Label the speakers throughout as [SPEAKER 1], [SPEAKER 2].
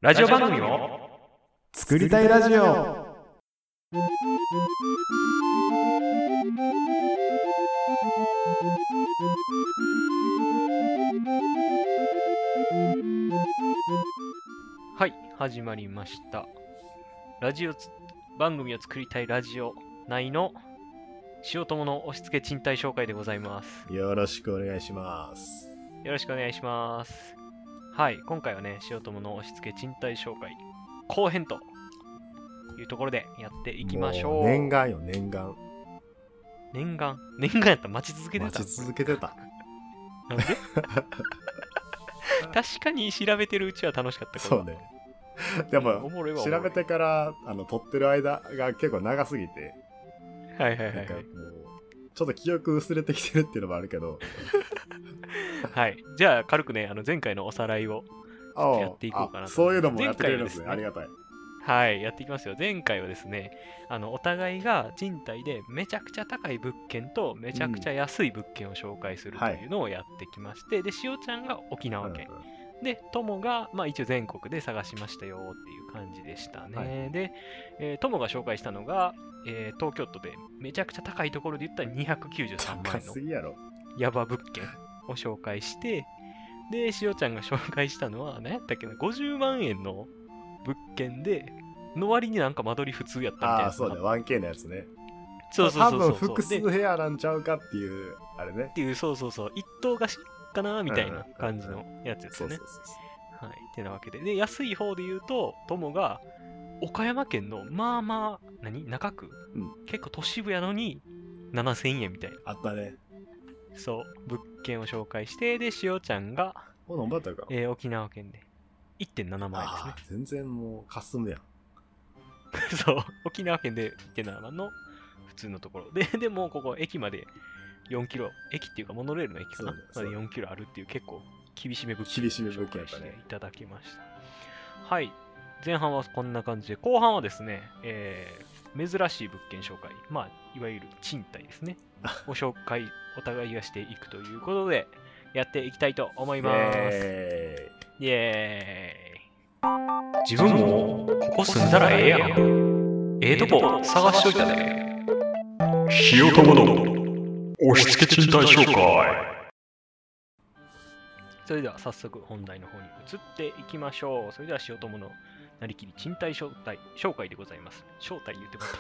[SPEAKER 1] ラジオ番組を
[SPEAKER 2] 作りたいラジオ。
[SPEAKER 1] はい、始まりました。番組を作りたいラジオ内の塩友の押し付け賃貸紹介でございます。
[SPEAKER 2] よろしくお願いします。
[SPEAKER 1] よろしくお願いします。はい、今回はね、塩友の押し付け賃貸紹介後編というところでやっていきましょう。
[SPEAKER 2] 念願よ、念願。
[SPEAKER 1] 念願やったら待ち続けてた。
[SPEAKER 2] 待ち続けてた。
[SPEAKER 1] なんで確かに調べてるうちは楽しかったから。
[SPEAKER 2] そうね。でも調べてから撮ってる間が結構長すぎて、
[SPEAKER 1] はい、
[SPEAKER 2] なんかもうちょっと記憶薄れてきてるっていうのもあるけど
[SPEAKER 1] はい。じゃあ軽くね、前回のおさらいをやっていこうかなと。
[SPEAKER 2] そういうのもやってくれるんですね。ありがたい。
[SPEAKER 1] はい、やっていきますよ。前回はですね、お互いが賃貸でめちゃくちゃ高い物件とめちゃくちゃ安い物件を紹介するというのをやってきまして、で、塩ちゃんが沖縄県。で、友が、一応全国で探しましたよっていう感じでしたね。はい、で、友が紹介したのが、東京都でめちゃくちゃ高いところで言ったら293万円のヤバ物件を紹介して、で、塩ちゃんが紹介したのは、何やったっけな、50万円の物件で、の割になんか間取り普通やったみたいな。
[SPEAKER 2] ああ、そうね、1K のやつね。
[SPEAKER 1] そう。
[SPEAKER 2] 多分複数部屋なんちゃうかっていう、あれね。
[SPEAKER 1] っていう、そう。一棟貸しかなみたいな感じのやつですね。はい。ってなわけで。で、安い方で言うと、友が、岡山県の、中区、結構都市部やのに、7000円みたいな。
[SPEAKER 2] あったね。
[SPEAKER 1] そう、物件を紹介して、で、塩ちゃんが、沖縄県で、1.7万円ですね。
[SPEAKER 2] 全然もう、かすむやん。
[SPEAKER 1] そう、沖縄県で1.7万の普通のところ。でも、ここ、駅まで4キロ、駅っていうか、モノレールの駅かな、まで4キロあるっていう、結構、厳しめ物件を紹介していただきました。はい。前半はこんな感じで、後半はですね、珍しい物件紹介、いわゆる賃貸ですね、を紹介、お互いがしていくということで、やっていきたいと思います。イエーイ。自分もここ住んだらええやん。ええとこ探しといたで。
[SPEAKER 3] 塩友の押し付け賃貸紹介。
[SPEAKER 1] それでは早速本題の方に移っていきましょう。それでは塩友のなりきり賃貸紹介でございます。招待言ってもらった。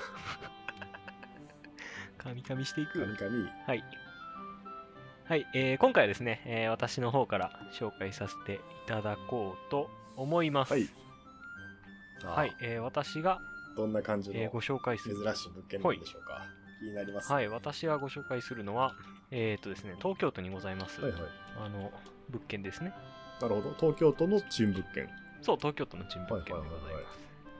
[SPEAKER 1] カミカミしていく。はい。はい、今回はですね、私の方から紹介させていただこうと思います。はい。私が
[SPEAKER 2] どんな感じの
[SPEAKER 1] ご紹介する
[SPEAKER 2] 珍しい物件なんでしょうか。気になりますね。
[SPEAKER 1] はい。私がご紹介するのは、ですね、東京都にございます。物件ですね。
[SPEAKER 2] なるほど。東京都の賃物件。
[SPEAKER 1] そう、東京都の賃物件でございます。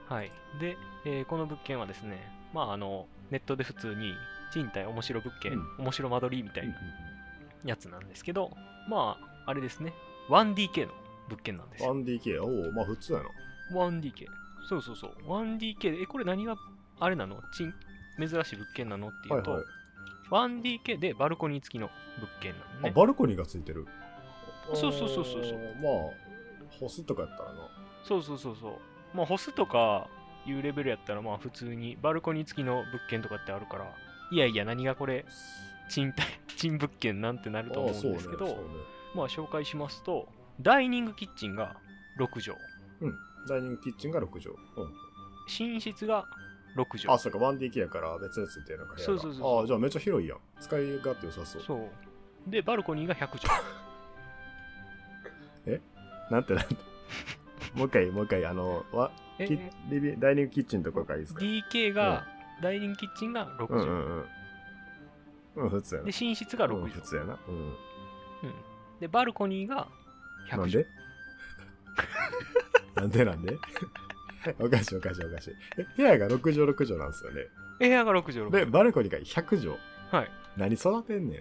[SPEAKER 1] はい。で、この物件はですね、ネットで普通に賃貸面白物件、面白間取りみたいなやつなんですけど、あれですね、1DK の物件なんですよ。
[SPEAKER 2] 1DK、普通やな。
[SPEAKER 1] 1DK。そう。1DK で、これ何があれなの？珍しい物件なのっていうと、1DK でバルコニー付きの物件なのね。
[SPEAKER 2] バルコニーが付いてる。
[SPEAKER 1] そう。
[SPEAKER 2] 干すとかやったらな。
[SPEAKER 1] そう。干すとかいうレベルやったら、普通にバルコニー付きの物件とかってあるから、いや、何がこれ、賃物件なんてなると思うんですけど、紹介しますと、ダイニングキッチンが6畳。
[SPEAKER 2] ダイニングキッチンが6畳。
[SPEAKER 1] 寝室が6畳。
[SPEAKER 2] そうか、1DK やから別々ついてるのか。
[SPEAKER 1] そう。
[SPEAKER 2] じゃあめっちゃ広いやん。使い勝手良さそう。
[SPEAKER 1] そう。で、バルコニーが100畳。
[SPEAKER 2] なんてもう一回、ダイニングキッチンとかがいいですか？
[SPEAKER 1] DK が、ダイニングキッチンが6畳。
[SPEAKER 2] 普通やな。
[SPEAKER 1] で、寝室が6畳。
[SPEAKER 2] 普通やな。
[SPEAKER 1] で、バルコニーが100
[SPEAKER 2] 畳。なんでおかしい。部屋が6畳なんですよね。
[SPEAKER 1] 部屋が6畳。
[SPEAKER 2] で、バルコニーが100畳。
[SPEAKER 1] はい。
[SPEAKER 2] 何育てんねん。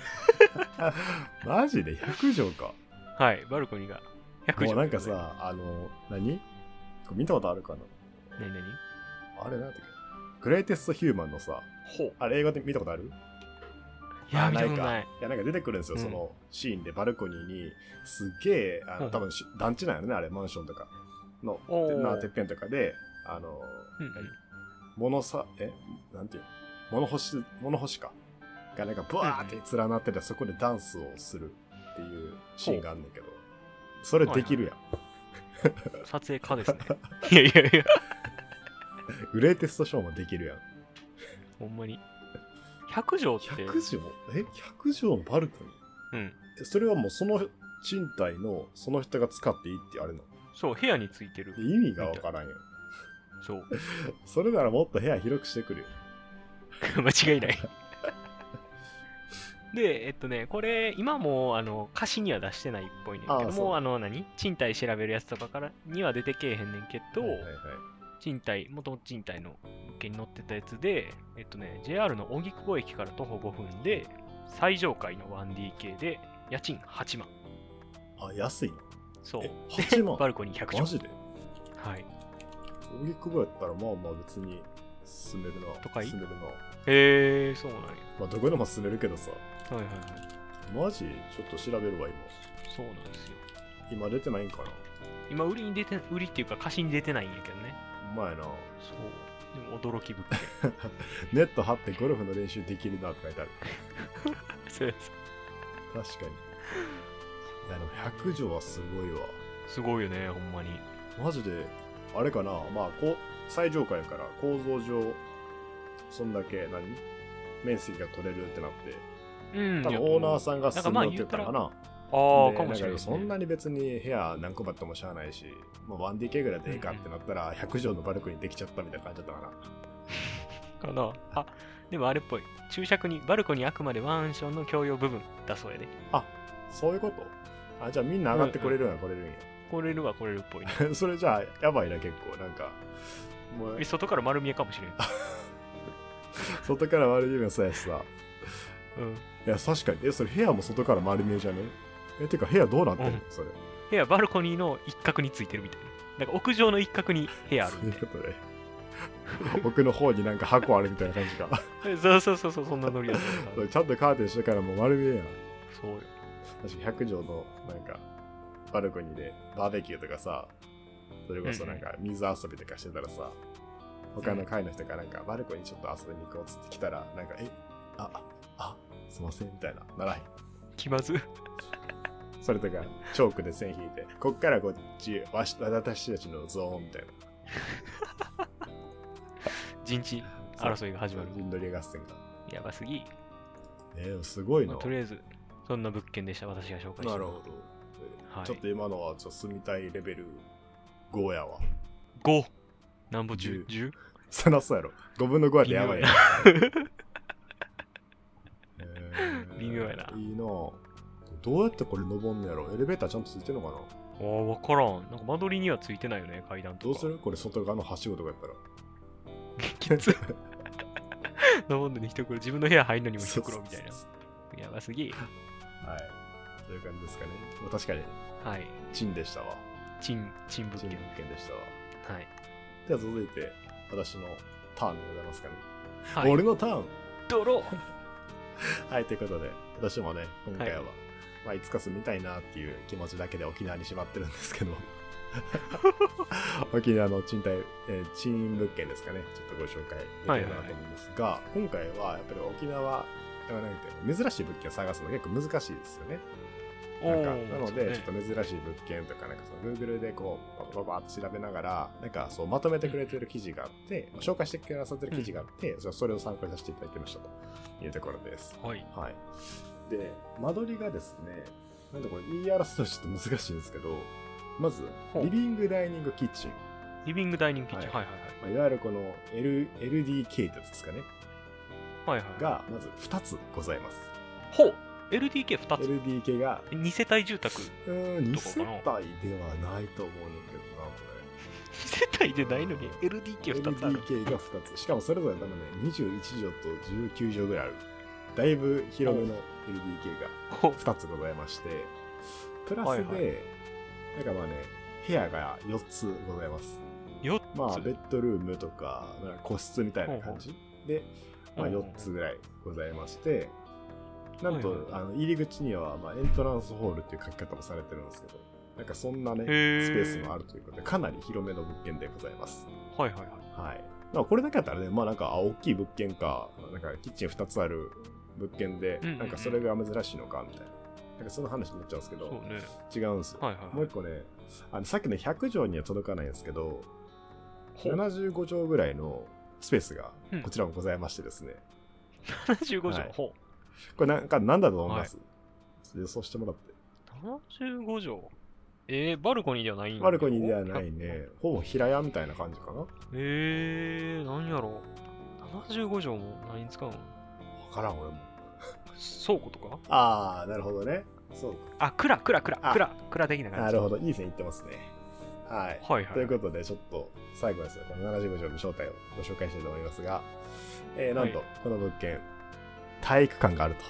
[SPEAKER 2] マジで100畳か。
[SPEAKER 1] はい、バルコニーが100畳。
[SPEAKER 2] もうなんかさ、何これ見たことあるかな？
[SPEAKER 1] 何
[SPEAKER 2] あれなんだっけ？グレイテストヒューマンのさ、あれ映画で見たことある？
[SPEAKER 1] いや、ないか。
[SPEAKER 2] なんか出てくるんですよ、そのシーンでバルコニーに、すっげえ、多分団地なんやろね、あれ、マンションとか。 の
[SPEAKER 1] おー
[SPEAKER 2] てっぺんとかで、
[SPEAKER 1] うんうん
[SPEAKER 2] なんていうの物干しか。がなんかブワーって連なってて、そこでダンスをするっていうシーンがあんねんけど、それできるやん。
[SPEAKER 1] 撮影家ですね。いやいやいや、
[SPEAKER 2] グレイテストショーもできるやん。
[SPEAKER 1] ほんまに。100畳って、
[SPEAKER 2] 100畳100畳のバルコニ
[SPEAKER 1] うん。
[SPEAKER 2] ーそれはもうその賃貸のその人が使っていいってあれの
[SPEAKER 1] そう、部屋についてる。
[SPEAKER 2] 意味がわからんよ。
[SPEAKER 1] そう。
[SPEAKER 2] それならもっと部屋広くしてくるよ。
[SPEAKER 1] 間違いない。で、これ、今も貸しには出してないっぽいねんけど
[SPEAKER 2] そう
[SPEAKER 1] も、賃貸調べるやつとかからには出てけえへんねんけど、
[SPEAKER 2] はいはいはい
[SPEAKER 1] もともと賃貸の物件に載ってたやつで、JR の荻窪駅から徒歩5分で、最上階の 1DK で、家賃8万。
[SPEAKER 2] あ、安いの
[SPEAKER 1] そう。
[SPEAKER 2] え8万
[SPEAKER 1] バルコニー100畳。
[SPEAKER 2] マジで
[SPEAKER 1] はい。
[SPEAKER 2] 荻窪やったらまあまあ別に住めるな。
[SPEAKER 1] 都会
[SPEAKER 2] 住めるな。
[SPEAKER 1] へえー、そうなんや。
[SPEAKER 2] まあどこでも住めるけどさ。
[SPEAKER 1] はいはいはい。
[SPEAKER 2] マジちょっと調べるわ
[SPEAKER 1] そうなんですよ。
[SPEAKER 2] 今出てないんかな。
[SPEAKER 1] 今、売りっていうか貸しに出てないんやけどね。
[SPEAKER 2] うまいな。
[SPEAKER 1] そう。でも驚き物件。
[SPEAKER 2] ネット張ってゴルフの練習できるなって書いてある。
[SPEAKER 1] そうやつ。
[SPEAKER 2] 確かに。いやでも100畳はすごいわ。
[SPEAKER 1] すごいよね、ほんまに。
[SPEAKER 2] マジで、あれかな、まあ最上階やから構造上、そんだけ面積が取れるってなって、
[SPEAKER 1] うん。
[SPEAKER 2] 多分オーナーさんが住んでってたのかな。
[SPEAKER 1] ああ、
[SPEAKER 2] で
[SPEAKER 1] かもしれない、ね。
[SPEAKER 2] そんなに別に部屋何個もあってもしゃあないし、もう 1DK ぐらいでいいかってなったら、100畳のバルコニーできちゃったみたいな感じだったかな。
[SPEAKER 1] かな。あ、でもあれっぽい。注釈に、バルコニーあくまでマンションの共用部分だそうやで。
[SPEAKER 2] あ、そういうことあ、じゃあみんな上がってこれるんや、これるんや。
[SPEAKER 1] 来れるは来れるっぽいね。
[SPEAKER 2] それじゃあ、やばいな、結構。なんか、もう、
[SPEAKER 1] 外から丸見えかもしれん。
[SPEAKER 2] 外から丸見えもそうやしさ。
[SPEAKER 1] うん。
[SPEAKER 2] いや、確かに。それ部屋も外から丸見えじゃねてか部屋どうなってるの、
[SPEAKER 1] うん
[SPEAKER 2] それ。
[SPEAKER 1] 部屋、バルコニーの一角についてるみたいな。なんか屋上の一角に部屋ある
[SPEAKER 2] そう
[SPEAKER 1] みたい
[SPEAKER 2] いうことで。奥の方になんか箱あるみたいな感じか。
[SPEAKER 1] な。そう、そんなノリだった
[SPEAKER 2] そうちゃんとカーテンしてからもう丸見えやん。
[SPEAKER 1] そうよ。
[SPEAKER 2] 確か100畳のなんかバルコニーでバーベキューとかさ、それこそなんか水遊びとかしてたらさ、他の階の人がなんかバルコニーちょっと遊びに行こうっつって来たら、なんかすいませんみたいな、ならへん。
[SPEAKER 1] 気まず。
[SPEAKER 2] それとかチョークで線引いて、こっからこっち、私たちのゾーンみたいな。
[SPEAKER 1] 陣地争いが始まる。
[SPEAKER 2] 陣取り合戦が。
[SPEAKER 1] やばすぎ。
[SPEAKER 2] すごいな。
[SPEAKER 1] まあとりあえず、そんな物件でした、私が紹介した。
[SPEAKER 2] なるほど。
[SPEAKER 1] はい
[SPEAKER 2] ちょっと今のは住みたいレベル5やわ。
[SPEAKER 1] 5。何歩中 10?
[SPEAKER 2] そらそうやろ。5分の5やってやばいやん。
[SPEAKER 1] 微妙やな。
[SPEAKER 2] いいなぁ。どうやってこれ登んのやろ。エレベーターちゃんとついてんのかな。
[SPEAKER 1] ああ、わからん。なんか間取りにはついてないよね、階段とか。
[SPEAKER 2] どうするこれ外側のはしごとかやったら。
[SPEAKER 1] きつ。登んのに一袋、自分の部屋入るのにも一袋みたいな。やばすぎ。
[SPEAKER 2] はい。そういう感じですかね。確かに、
[SPEAKER 1] はい。
[SPEAKER 2] チンでしたわ。
[SPEAKER 1] チン物
[SPEAKER 2] チン物
[SPEAKER 1] 件。
[SPEAKER 2] 件でしたわ。
[SPEAKER 1] はい。
[SPEAKER 2] では続いて、私のターンでございますかね。
[SPEAKER 1] はい。
[SPEAKER 2] 俺のターン
[SPEAKER 1] ドロ
[SPEAKER 2] はい、ということで、私もね、今回は、
[SPEAKER 1] はい
[SPEAKER 2] まあ、いつか住みたいなっていう気持ちだけで沖縄にしまってるんですけど、沖縄の賃物件ですかね、ちょっとご紹介できればなと思うんですが、今回はやっぱり沖縄、珍しい物件を探すの結構難しいですよね。なんかなので、ちょっと珍しい物件とか、なんかその Google でこう、ババーって調べながら、なんかそうまとめてくれてる記事があって、紹介してくださってる記事があって、それを参考にさせていただきましたというところです。
[SPEAKER 1] はい。
[SPEAKER 2] はい。で、間取りがですね、なんでこれ言い表すとちょっと難しいんですけど、まず、
[SPEAKER 1] ほう
[SPEAKER 2] リビングダイニングキッチン。
[SPEAKER 1] リビングダイニングキッチン。
[SPEAKER 2] は
[SPEAKER 1] はいはい
[SPEAKER 2] まあ、いわゆるこの LDK ってやつですかね。
[SPEAKER 1] はい。はいはい。
[SPEAKER 2] が、まず2つございます。
[SPEAKER 1] ほう !LDK2 つ。
[SPEAKER 2] LDK が、
[SPEAKER 1] 2世帯住宅。
[SPEAKER 2] 2
[SPEAKER 1] どこ
[SPEAKER 2] 世
[SPEAKER 1] か
[SPEAKER 2] 帯ではないと思うんだけどな、こ
[SPEAKER 1] 2世帯でないのに
[SPEAKER 2] れ。
[SPEAKER 1] LDK2 つある。
[SPEAKER 2] LDK が2つ。しかもそれぞれ多分ね、21畳と19畳ぐらいある。だいぶ広めの LDK が
[SPEAKER 1] ほう
[SPEAKER 2] 2つございまして、プラスで、
[SPEAKER 1] はいはい
[SPEAKER 2] なんかまあね、部屋が4つございます。
[SPEAKER 1] 4つ。
[SPEAKER 2] まあ、ベッドルームとか、なんか個室みたいな感じで、まあ、
[SPEAKER 1] ほうほう
[SPEAKER 2] 4つぐらいございまして、なんと、
[SPEAKER 1] はいはい
[SPEAKER 2] 入り口には、まあ、エントランスホールっていう書き方もされてるんですけど、 なんかそんなね、スペースもあるということで、かなり広めの物件でございます。
[SPEAKER 1] はいはいはい。
[SPEAKER 2] はい。まあこれだけだったらね、まあなんか、大きい物件か、なんかキッチン2つある物件で、なんかそれが珍しいのかみたいな。なんかその話になっちゃうんですけど、
[SPEAKER 1] そうね、
[SPEAKER 2] 違うんですよ。
[SPEAKER 1] はいはいはい、
[SPEAKER 2] もう一個ね、さっきの100畳には届かないんですけど、75畳ぐらいのスペースがこちらもございましてですね。
[SPEAKER 1] 75畳、はい、
[SPEAKER 2] これなんだと思います、はい、予想してもらって。
[SPEAKER 1] 75畳バルコニーではないんだ。
[SPEAKER 2] バルコニーではないね。ほぼ平屋みたいな感じかな。
[SPEAKER 1] 何やろう。75畳も何に使うの？
[SPEAKER 2] わからん俺も。
[SPEAKER 1] 倉庫とか？
[SPEAKER 2] ああ、なるほどね。そうか。
[SPEAKER 1] 蔵的な感じ。
[SPEAKER 2] なるほど、いい線いってますね。はい。
[SPEAKER 1] はいはい。
[SPEAKER 2] ということで、ちょっと最後ですね、この75畳の正体をご紹介したいと思いますが、なんと、この物件、体育館があると。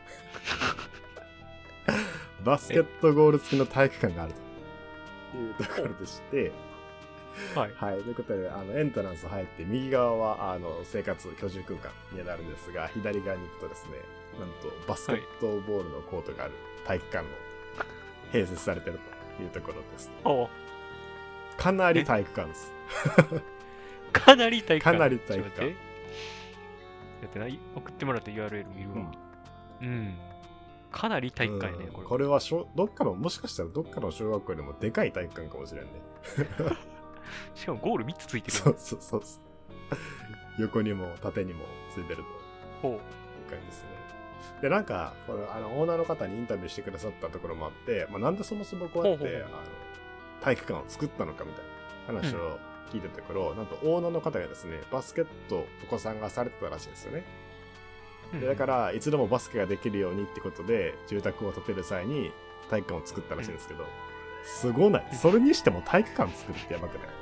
[SPEAKER 2] バスケットゴール付きの体育館があるというところでして、はい。はい。ということで、エントランス入って、右側は、生活、居住空間になるんですが、左側に行くとですね、なんと、バスケットボールのコートがある体育館の併設されているというところです。かなり体育館です。
[SPEAKER 1] かなり体育館。
[SPEAKER 2] かなり体育館。
[SPEAKER 1] やってない？送ってもらった URL 見るわ。うん。かなり体育館やね、これ。
[SPEAKER 2] これはもしかしたらどっかの小学校でもでかい体育館かもしれんね。
[SPEAKER 1] しかもゴール3つついてる。
[SPEAKER 2] そう。横にも縦にもついてると。いう感じですね。で、なんか、これオーナーの方にインタビューしてくださったところもあって、なんでそもそもこうやって体育館を作ったのかみたいな話を聞いたところ、なんとオーナーの方がですね、バスケットお子さんがされてたらしいんですよね。でだからいつでもバスケができるようにってことで住宅を建てる際に体育館を作ったらしいんですけど、すごない？それにしても体育館作るってやばくない？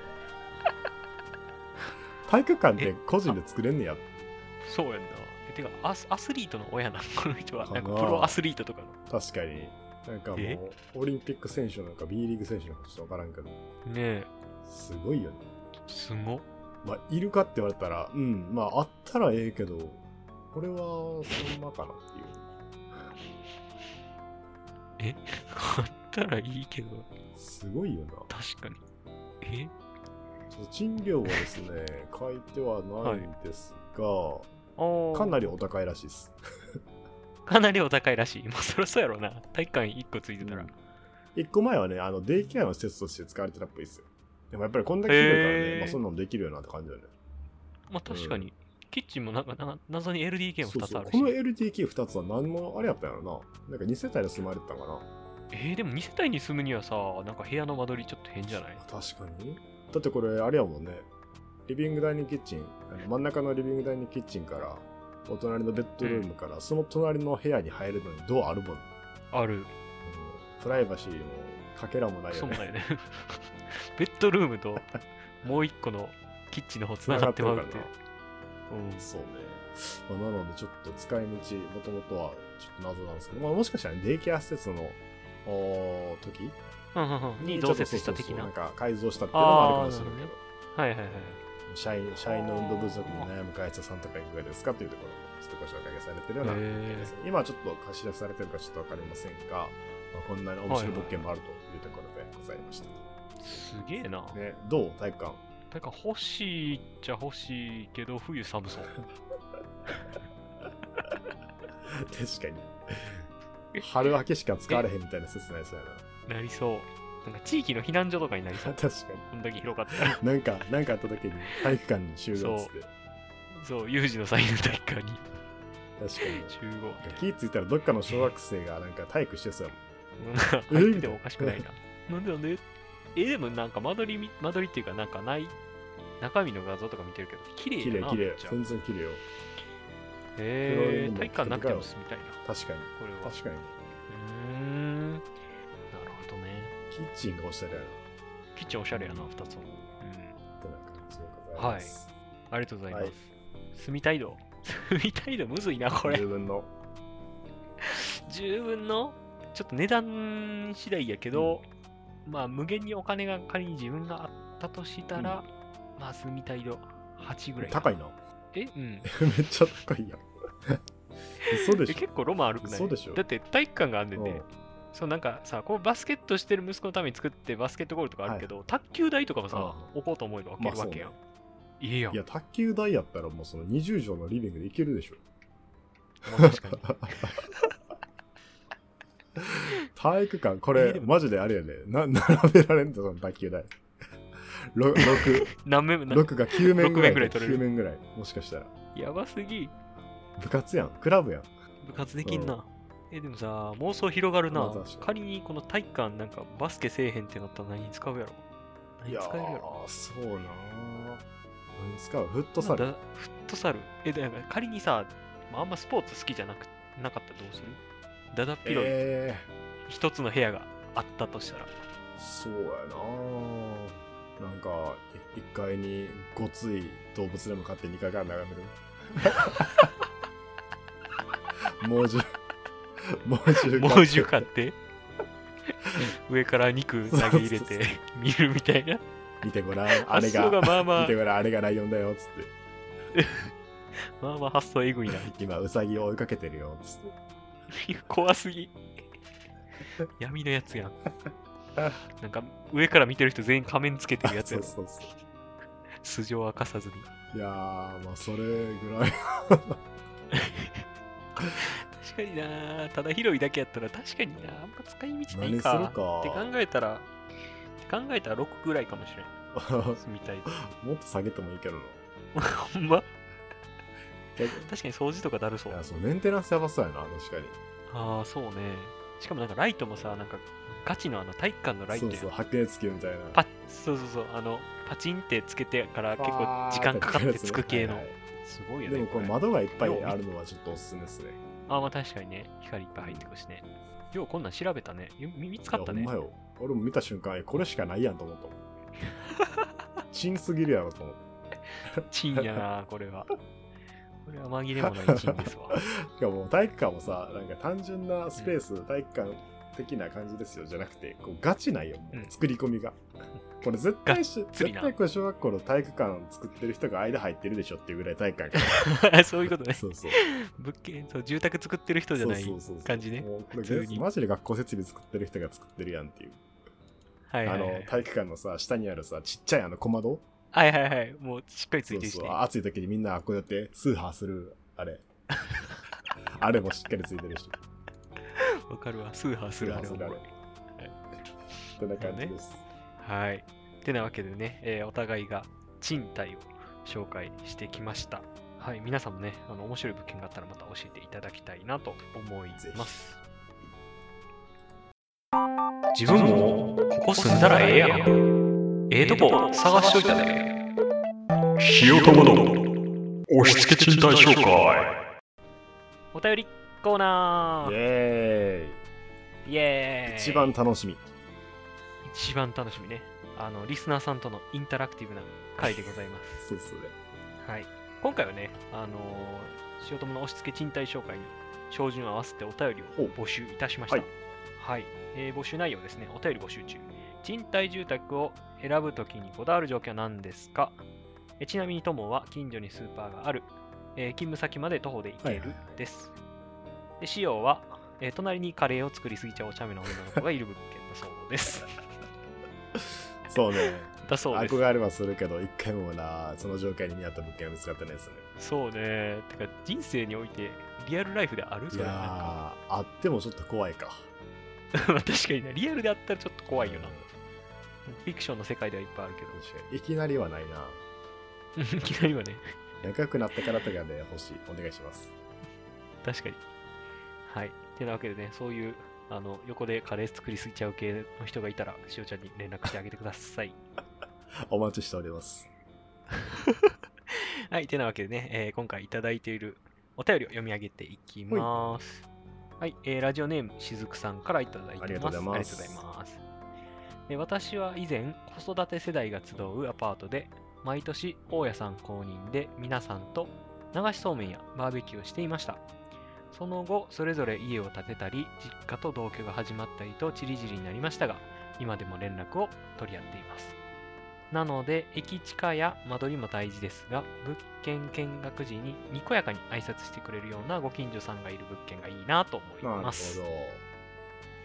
[SPEAKER 2] 体育館って個人で作れんねや。
[SPEAKER 1] そうやんな。てかアスリートの親なのこの人は。なんかプロアスリートとかの。
[SPEAKER 2] 確かに。なんかもうオリンピック選手なのか B リーグ選手なのかちょっとわからんけど。ね
[SPEAKER 1] え。
[SPEAKER 2] すごいよね。
[SPEAKER 1] すご。
[SPEAKER 2] いるかって言われたら、あったらええけど、これはそんなかなっていう。
[SPEAKER 1] あったらいいけど。
[SPEAKER 2] すごいよな。
[SPEAKER 1] 確かに。
[SPEAKER 2] 賃料はですね、書いてはないんですが、かなりお高いらしいです。
[SPEAKER 1] かなりお高いらしい。まあそりゃそうやろうな。体育館1個ついてたら。
[SPEAKER 2] 1個前はね、デイケアの施設として使われてたっぽいですよ。でもやっぱりこんだけ広いからね、そんなのできるよなって感じだよね。
[SPEAKER 1] まあ確かに。キッチンもなんか謎に LDK も2つあるし。
[SPEAKER 2] この LDK2 つは何もあれやったんやろな。なんか2世帯で住まれてたんかな。
[SPEAKER 1] でも2世帯に住むにはさ、なんか部屋の間取りちょっと変じゃない？
[SPEAKER 2] 確かに。だってこれあれやもんね。リビングダイニングキッチン、真ん中のリビングダイニングキッチンからお隣のベッドルームから、その隣の部屋に入るのにドアあるもんね。
[SPEAKER 1] ある。
[SPEAKER 2] プライバシーもかけらもないよね。
[SPEAKER 1] そうないね。ベッドルームともう一個のキッチンの方つながってまうって。
[SPEAKER 2] そうね。なのでちょっと使い道、もともとはちょっと謎なんですけど、もしかしたらデイケア施設の時
[SPEAKER 1] に増設した的な。
[SPEAKER 2] なんか改造したっていうのもあるかもしれないけど。
[SPEAKER 1] はいはいはい。
[SPEAKER 2] 社員の運動不足に悩む会社さんとかいかがですかというところをちょっとご紹介されてるような物件ですね。今はちょっと貸し出しされてるかちょっとわかりませんが、こんなに面白い物件もあるというところでございました。
[SPEAKER 1] すげえな。
[SPEAKER 2] ね、どう体育館？
[SPEAKER 1] 体育館欲しいっちゃ欲しいけど、冬寒そう。
[SPEAKER 2] 確かに。春秋しか使われへんみたいな説ないですよ
[SPEAKER 1] な。なりそう。なんか地域の避難所とかになりそう。
[SPEAKER 2] 確かに。
[SPEAKER 1] こんだけ広かったら。
[SPEAKER 2] なんかあった時に体育館に集合って。
[SPEAKER 1] そう、有事の際の体育館に。
[SPEAKER 2] 確かに。
[SPEAKER 1] 集合。
[SPEAKER 2] 気ぃついたらどっかの小学生がなんか体育してそうや
[SPEAKER 1] もん。入っててもおかしくないな。なんででもなんか間取りっていうかなんか中身の画像とか見てるけど、綺麗やな。
[SPEAKER 2] 綺麗。全然綺麗よ。
[SPEAKER 1] 体育館なくても住みたいな。
[SPEAKER 2] 確かに。
[SPEAKER 1] これは。
[SPEAKER 2] 確かに。
[SPEAKER 1] なるほどね。
[SPEAKER 2] キッチンがおしゃれやな。
[SPEAKER 1] キッチンおしゃれやな、2つも。
[SPEAKER 2] という感じでございます。
[SPEAKER 1] はい。ありがとうございます。住みたい度むずいな、これ。
[SPEAKER 2] 十分の
[SPEAKER 1] ちょっと値段次第やけど、まあ無限にお金が仮に自分があったとしたら、まあ住みたい度8ぐらい。
[SPEAKER 2] 高いな。
[SPEAKER 1] めっ
[SPEAKER 2] ちゃ高いやん。嘘でしょ。
[SPEAKER 1] 結構ロマンあるくない？
[SPEAKER 2] そうでしょ。
[SPEAKER 1] だって体育館があんねんで、 そうなんかさ、こうバスケットしてる息子のために作ってバスケットゴールとかあるけど、卓球台とかもさ、置こうと思えば置けるわけやん。いいやん。
[SPEAKER 2] いや、卓球台やったらもうその20畳のリビングでいけるでしょ。
[SPEAKER 1] 確かに。
[SPEAKER 2] 体育館、これ、マジであれやね。並べられんと、その卓球台。6が9面ぐらい。9面ぐらい。もしかしたら。
[SPEAKER 1] やばすぎ。
[SPEAKER 2] 部活やん。クラブやん。
[SPEAKER 1] 部活できんな。でもさ、妄想広がるな。仮にこの体育館なんかバスケせえへんってなったら何に使うやろ。
[SPEAKER 2] 何使えるやろ。そうなぁ。何使うフットサル。
[SPEAKER 1] フットサル。だから仮にさ、あんまスポーツ好きじゃなかったらどうする？だだっ広い一つの部屋があったとしたら。
[SPEAKER 2] そうやなぁ。なんか、1階にごつい動物でも飼って2階から眺める。猛獣
[SPEAKER 1] 買って上から肉投げ入れて見るみたいな。
[SPEAKER 2] 見てごらん、あれが見てごらん、あれがライオンだよっつって
[SPEAKER 1] まあ発想エグいな。
[SPEAKER 2] 今ウサギを追いかけてるよっつって。
[SPEAKER 1] 怖すぎ。闇のやつやん。なんか上から見てる人全員仮面つけてるやつやん。そう素性明かさずに。
[SPEAKER 2] いやー、まあそれぐらい
[SPEAKER 1] 確かにな、ただ広いだけやったら確かにな、あんま使い道ないかって考えたら6ぐらいかもしれん。みたい
[SPEAKER 2] もっと下げてもいいけどな。
[SPEAKER 1] ほんま確かに掃除とかだるそう。
[SPEAKER 2] いや、そうメンテナンスやばそうやな、確かに。
[SPEAKER 1] ああ、そうね。しかもなんかライトもさ、なんかガチの体育館のライトや。
[SPEAKER 2] そう、白熱球みたいな。
[SPEAKER 1] そうパチンってつけてから結構時間かかってつく系の。すごいよね。
[SPEAKER 2] でもこの窓がいっぱいあるのはちょっとおすすめですね。
[SPEAKER 1] まあ確かにね、光いっぱい入ってくるしね。ようこんなん調べたね。見つかったね。
[SPEAKER 2] ほんまよ。俺も見た瞬間、これしかないやんと思ったもん。チンすぎるやろと思って。
[SPEAKER 1] チンやな、これは。これは紛れもないチンですわ。
[SPEAKER 2] しかも体育館もさ、なんか単純なスペース、体育館的な感じですよじゃなくて、こうガチなんよ、作り込みが。これ絶対これ小学校の体育館作ってる人が間入ってるでしょっていうぐらい体育館
[SPEAKER 1] が。そういうことね。
[SPEAKER 2] そうそう。
[SPEAKER 1] 物件、住宅作ってる人じゃない感じね。
[SPEAKER 2] もうこれマジで学校設備作ってる人が作ってるやんっていう。体育館のさ、下にあるさ、ちっちゃい小窓。もうしっかりついてるしね。 暑い時にみんなこうやってスーハーする、あれ。あれもしっかりついてるし。
[SPEAKER 1] わかるわ、スーハーするあれ。こん
[SPEAKER 2] な感じです。
[SPEAKER 1] はい。てなわけでね、お互いが賃貸を紹介してきました。はい。皆さんもね、面白い物件があったらまた教えていただきたいなと思います。自分もここ住んだらええやん。とこ探しといたね。
[SPEAKER 3] 塩友の押し付け賃貸紹介。
[SPEAKER 1] お便りコーナー。
[SPEAKER 2] イエ
[SPEAKER 1] ーイ。
[SPEAKER 2] 一番楽しみ
[SPEAKER 1] ね。リスナーさんとのインタラクティブな回でございます。
[SPEAKER 2] そうですね。
[SPEAKER 1] はい。今回はね、塩友の押し付け賃貸紹介に照準を合わせてお便りを募集いたしました。はい。募集内容ですね。お便り募集中。賃貸住宅を選ぶときにこだわる条件は何ですか？ちなみに友は近所にスーパーがある。勤務先まで徒歩で行けるです。で、仕様は、隣にカレーを作りすぎちゃうお茶目な女の子がいる物件だそうです。
[SPEAKER 2] そうね。
[SPEAKER 1] だそうです。
[SPEAKER 2] 憧れはするけど、一回もその条件に見合った物件は見つかってないですね。
[SPEAKER 1] そうね。てか、人生において、リアルライフである？それ
[SPEAKER 2] あってもちょっと怖いか。
[SPEAKER 1] 確かにね、リアルであったらちょっと怖いよな。フィクションの世界ではいっぱいあるけど。
[SPEAKER 2] いきなりはないな。
[SPEAKER 1] いきなりはね。
[SPEAKER 2] 仲良くなったからとかで欲しい。お願いします。
[SPEAKER 1] 確かに。はい。てなわけでね、そういう、横でカレー作りすぎちゃう系の人がいたら、しおちゃんに連絡してあげてください。
[SPEAKER 2] お待ちしております。
[SPEAKER 1] はい。てなわけでね、今回いただいているお便りを読み上げていきます。はい、ラジオネームしずくさんからいただいてます。
[SPEAKER 2] ありがとうございます。
[SPEAKER 1] 私は以前、子育て世代が集うアパートで、毎年大家さん公認で皆さんと流しそうめんやバーベキューをしていました。その後、それぞれ家を建てたり、実家と同居が始まったりとチリジリになりましたが、今でも連絡を取り合っています。なので、駅地下や間取りも大事ですが、物件見学時ににこやかに挨拶してくれるようなご近所さんがいる物件がいいなと思います。
[SPEAKER 2] なるほど。い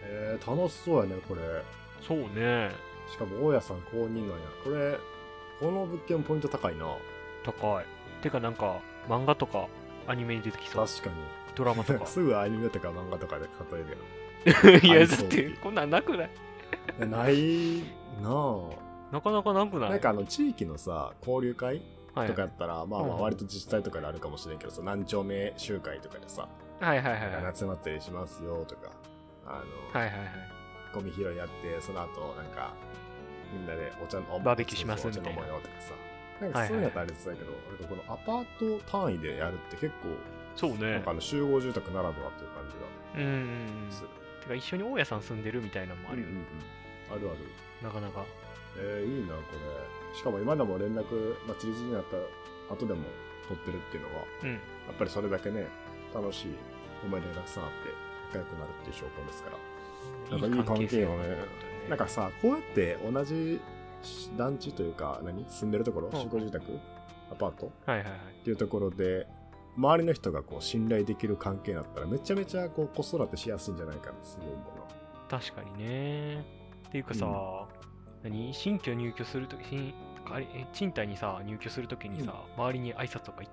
[SPEAKER 2] 楽しそうやね、これ。
[SPEAKER 1] そうね。
[SPEAKER 2] しかも大家さん公認なんや。この物件ポイント高いな。
[SPEAKER 1] 高い。てかなんか、漫画とかアニメに出てきそう。
[SPEAKER 2] 確かに。
[SPEAKER 1] ドラマとか。
[SPEAKER 2] すぐアニメとか漫画とかで例えるやん。
[SPEAKER 1] いや、だってこんなんなくない？
[SPEAKER 2] ないなぁ。
[SPEAKER 1] なかなかなくない？
[SPEAKER 2] なんか地域のさ、交流会
[SPEAKER 1] はい
[SPEAKER 2] とかやったら、まあまあ割と自治体とかであるかもしれんけど、何丁目集会とかでさ、
[SPEAKER 1] はいはいはいはい。
[SPEAKER 2] 夏祭りしますよとか、
[SPEAKER 1] はいはいはい。
[SPEAKER 2] ゴミ拾いやって、その後なんか、みんなで
[SPEAKER 1] バーベキューしますみたいな。
[SPEAKER 2] お茶飲もうよとかさ。なんかそういうのやったらあれですけど、なんかこのアパート単位でやるって結構、
[SPEAKER 1] そうね。
[SPEAKER 2] なんか集合住宅ならではっていう感じがする。
[SPEAKER 1] てか一緒に大家さん住んでるみたいなのもあるよね。
[SPEAKER 2] あるある。
[SPEAKER 1] なかなか。
[SPEAKER 2] いいな、これ。しかも今でも連絡、チリジになった後でも取ってるっていうのは、やっぱりそれだけね、楽しい思い出がたくさんあって、仲良くなるっていう証拠ですから。なんかいい関係よね。なんかさ、こうやって同じ団地というか、住んでるところ、集合住宅、アパートっていうところで、周りの人がこう信頼できる関係だったら、めちゃめちゃこう子育てしやすいんじゃないかなってすごい思う
[SPEAKER 1] な。確かにね。っていうかさ、新居入居するとき、賃貸にさ、入居するときにさ、周りに挨拶とか行った？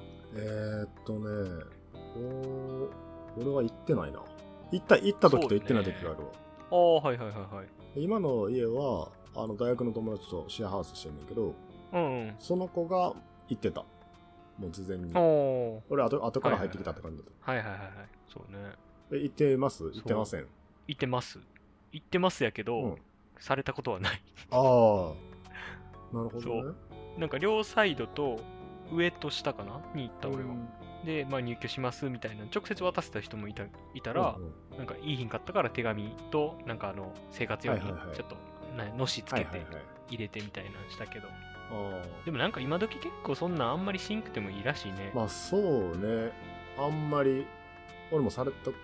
[SPEAKER 2] 俺は行ってないな。行った時と行ってない時があるわ。
[SPEAKER 1] ああ、はいはいはいはい。
[SPEAKER 2] 今の家は、大学の友達とシェアハウスしてんねんけど、その子が行ってた。もう事前に。俺、後から入ってきたって感じだった。
[SPEAKER 1] はいはいはいはい。そうね。
[SPEAKER 2] 行ってます？行ってません？
[SPEAKER 1] 行ってます。行ってますやけど、されたことはない。
[SPEAKER 2] ああ。なるほどね。そう。
[SPEAKER 1] なんか両サイドと上と下かなに行った俺は。で、まあ入居しますみたいな、直接渡せた人もいたら、なんかいい品買ったから手紙と、なんか生活用にちょっと、のしつけて入れてみたいなのしたけど。でもなんか今時結構そんなあんまりしんくてもいいらしいね。
[SPEAKER 2] まあそうね。あんまり、俺もされたこと、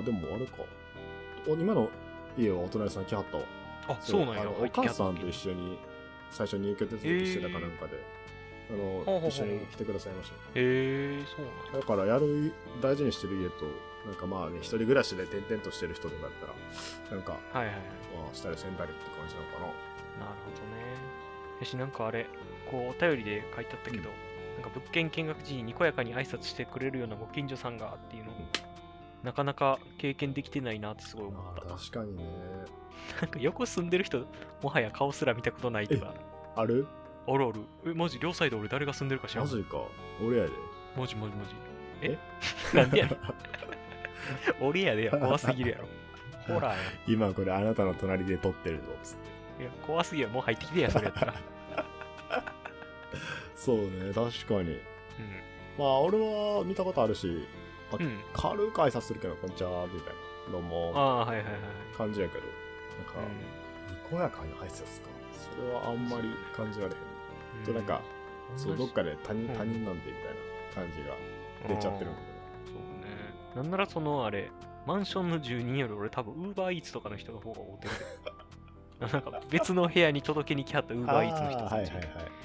[SPEAKER 2] でもあれか。今の家はお隣さん来はったわ。
[SPEAKER 1] あ、そうなんや。
[SPEAKER 2] お母さんと一緒に最初入居手続きしてたかなんかで、一緒に来てくださいました。
[SPEAKER 1] そうなん
[SPEAKER 2] だから大事にしてる家と、なんかまあね、一人暮らしで転々としてる人とかだったら、なんか、したりせんだりって感じなのかな。
[SPEAKER 1] なるほどね。よし、なんかあれ、こう、お便りで書いてあったけど、なんか物件見学時ににこやかに挨拶してくれるようなご近所さんがっていうの、なかなか経験できてないなってすごい思った。
[SPEAKER 2] 確かにね。
[SPEAKER 1] なんか横住んでる人、もはや顔すら見たことないとか。
[SPEAKER 2] ある？
[SPEAKER 1] あるある。マジ両サイド俺誰が住んでるか知らん。
[SPEAKER 2] マジか。俺やで。
[SPEAKER 1] マジ。なんでやろ。俺やでや。怖すぎるやろ。ホラーや。
[SPEAKER 2] 今これあなたの隣で撮ってるぞつって。
[SPEAKER 1] いや、怖すぎる。もう入ってきてや、それやったら。
[SPEAKER 2] そうね、確かに。まあ俺は見たことあるし、軽く挨拶するけど、こんにちは、みたいなのも、感じやけど、なんか、にこやかに挨拶か。それはあんまり感じられへん。となんか、どっかで他人なんでみたいな感じが出ちゃってるんだ
[SPEAKER 1] けど。そうね。なんならマンションの住人より俺多分 UberEats とかの人の方が合うてるで。なんか別の部屋に届けに来はった UberEats の人たち。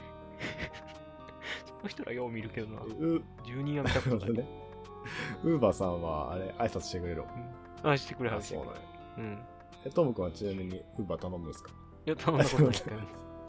[SPEAKER 1] その人らよう見るけどな。住人は見たことない。ね。
[SPEAKER 2] Uber さんはあれ挨拶してくれる？
[SPEAKER 1] してくれはる。
[SPEAKER 2] そうなんや。トム君はちなみに Uber 頼むんですか？
[SPEAKER 1] いや、頼んだことないけど。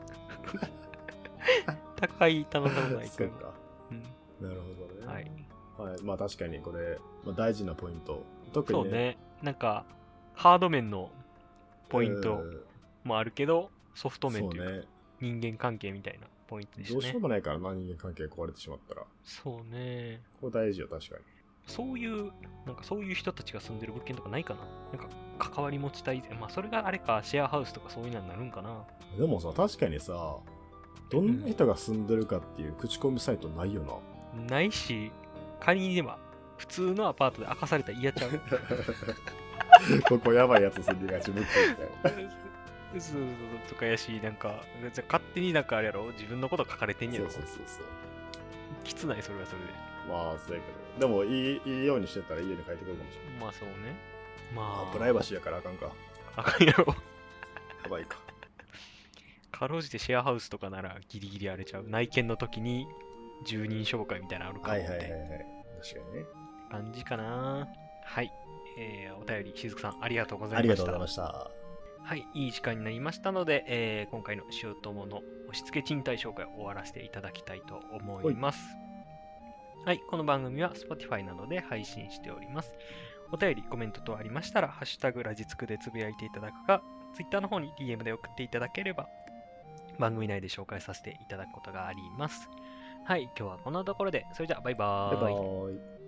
[SPEAKER 1] 高い頼んだことないけど。
[SPEAKER 2] なるほどね。はい。まあ確かにこれ、大事なポイント。特に
[SPEAKER 1] そうね。なんか、ハード面のポイントもあるけど、ソフト面というか、人間関係みたいなポイントでしたね。
[SPEAKER 2] どうしようもないからな、人間関係壊れてしまったら。
[SPEAKER 1] そうね。
[SPEAKER 2] これ大事よ、確かに。
[SPEAKER 1] そういう人たちが住んでる物件とかないかな？なんか、関わり持ちたい。まあ、それがあれか、シェアハウスとかそういうのになるんかな。
[SPEAKER 2] でもさ、確かにさ、どんな人が住んでるかっていう口コミサイトないよな。
[SPEAKER 1] ないし、仮にでも、普通のアパートで明かされたら嫌ちゃう。
[SPEAKER 2] ここやばいやつ住んでがち、向こうみたいな。
[SPEAKER 1] そうとかやし、なんか、勝手になんかあれやろ、自分のこと書かれてんやろ。
[SPEAKER 2] そう。
[SPEAKER 1] きつない、それはそれで。
[SPEAKER 2] まあ、そうやけど。でも、いいようにしてたら家に帰ってくるかもしれない。
[SPEAKER 1] まあ、そうね。まあ。
[SPEAKER 2] プライバシーやからあかんか。
[SPEAKER 1] あかんやろ。
[SPEAKER 2] やばいか。
[SPEAKER 1] かろうじてシェアハウスとかならギリギリ荒れちゃう。内見の時に住人紹介みたいなのあるかもみたいな。
[SPEAKER 2] 確かにね。
[SPEAKER 1] 感じかな。はい。 お便り、しずくさん、ありがとうござ
[SPEAKER 2] ありが
[SPEAKER 1] いました。
[SPEAKER 2] とうございました。
[SPEAKER 1] はい、いい時間になりましたので、今回の塩友の押し付け賃貸紹介を終わらせていただきたいと思います。はい、この番組は Spotify などで配信しております。お便り、コメント等ありましたら、ハッシュタグラジツクでつぶやいていただくか、Twitter の方に DM で送っていただければ、番組内で紹介させていただくことがあります。はい、今日はこんなところで、それじゃあバイバーイ。
[SPEAKER 2] バイバーイ。